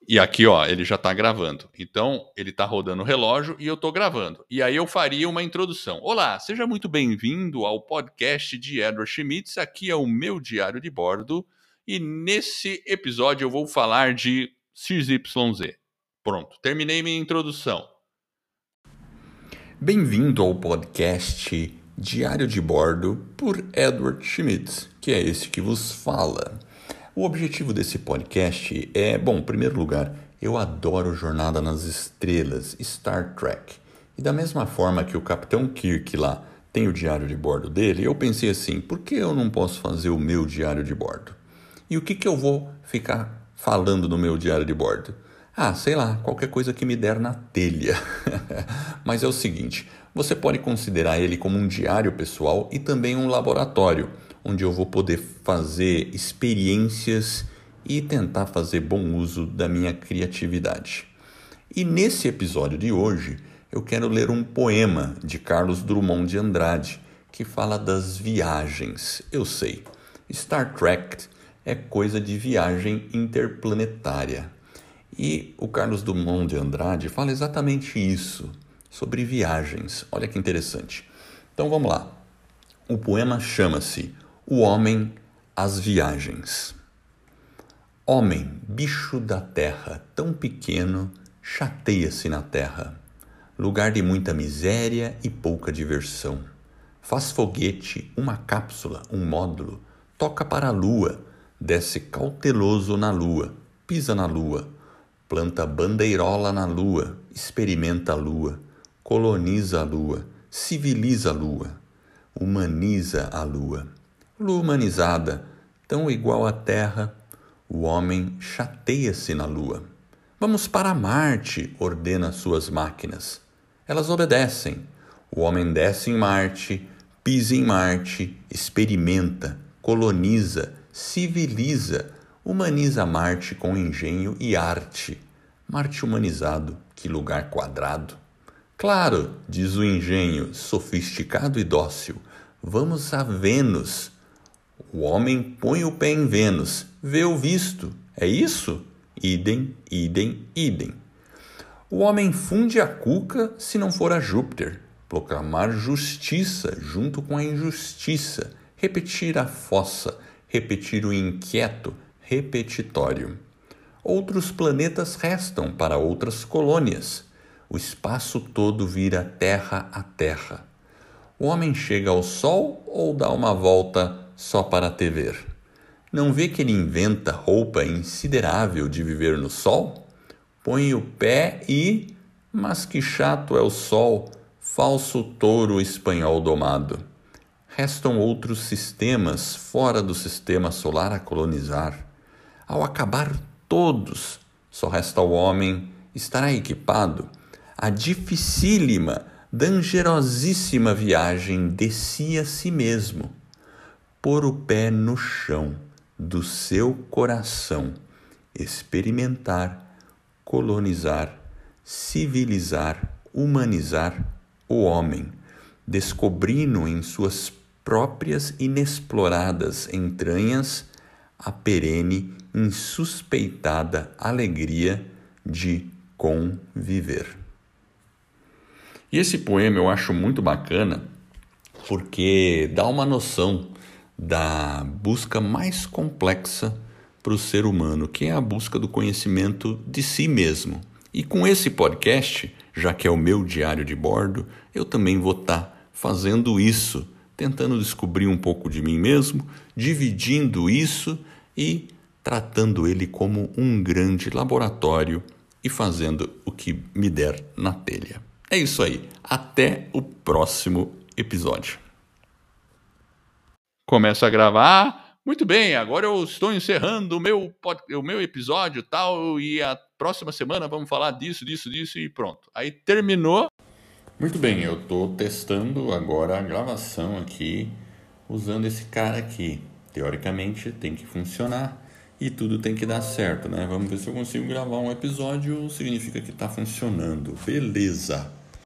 E aqui, ó, ele já está gravando. Então, ele está rodando o relógio e eu estou gravando. E aí eu faria uma introdução. Olá, seja muito bem-vindo ao podcast de Edward Schmitz. Aqui é o meu diário de bordo. E nesse episódio eu vou falar de XYZ. Pronto, terminei minha introdução. Bem-vindo ao podcast Diário de Bordo por Edward Schmitz, que é esse que vos fala. O objetivo desse podcast é, bom, em primeiro lugar, eu adoro Jornada nas Estrelas, Star Trek. E da mesma forma que o Capitão Kirk lá tem o diário de bordo dele, eu pensei assim, por que eu não posso fazer o meu diário de bordo? E o que eu vou ficar falando no meu diário de bordo? Ah, sei lá, qualquer coisa que me der na telha. Mas é o seguinte, você pode considerar ele como um diário pessoal e também um laboratório, onde eu vou poder fazer experiências e tentar fazer bom uso da minha criatividade. E nesse episódio de hoje, eu quero ler um poema de Carlos Drummond de Andrade, que fala das viagens. Eu sei, Star Trek é coisa de viagem interplanetária. E o Carlos Drummond de Andrade fala exatamente isso, sobre viagens. Olha que interessante. Então vamos lá. O poema chama-se O Homem, as Viagens. Homem, bicho da terra, tão pequeno, chateia-se na terra. Lugar de muita miséria e pouca diversão. Faz foguete, uma cápsula, um módulo, toca para a lua, desce cauteloso na lua, pisa na lua, planta bandeirola na lua, experimenta a lua, coloniza a lua, civiliza a lua, humaniza a lua. Lua humanizada, tão igual à terra, o homem chateia-se na lua. Vamos para Marte, ordena suas máquinas. Elas obedecem. O homem desce em Marte, pisa em Marte, experimenta, coloniza, civiliza, humaniza Marte com engenho e arte. Marte humanizado, que lugar quadrado. Claro, diz o engenho, sofisticado e dócil, vamos a Vênus. O homem põe o pé em Vênus, vê o visto, é isso? Idem, idem, idem. O homem funde a cuca se não for a Júpiter, proclamar justiça junto com a injustiça, repetir a fossa, repetir o inquieto, repetitório. Outros planetas restam para outras colônias. O espaço todo vira terra a terra. O homem chega ao Sol ou dá uma volta só para te ver? Não vê que ele inventa roupa insiderável de viver no Sol? Põe o pé e... Mas que chato é o Sol, falso touro espanhol domado. Restam outros sistemas fora do sistema solar a colonizar. Ao acabar todos, só resta o homem estará equipado a dificílima, dangerosíssima viagem de si a si mesmo. Pôr o pé no chão do seu coração, experimentar, colonizar, civilizar, humanizar o homem, descobrindo em suas próprias inexploradas entranhas a perene, insuspeitada alegria de conviver. E esse poema eu acho muito bacana porque dá uma noção da busca mais complexa para o ser humano, que é a busca do conhecimento de si mesmo. E com esse podcast, já que é o meu diário de bordo, eu também vou estar fazendo isso, tentando descobrir um pouco de mim mesmo, dividindo isso e tratando ele como um grande laboratório e fazendo o que me der na telha. É isso aí. Até o próximo episódio. Começo a gravar. Muito bem, agora eu estou encerrando o meu episódio tal, e a próxima semana vamos falar disso e pronto. Aí terminou. Muito bem, eu estou testando agora a gravação aqui, usando esse cara aqui. Teoricamente tem que funcionar e tudo tem que dar certo, né? Vamos ver se eu consigo gravar um episódio, significa que está funcionando. Beleza!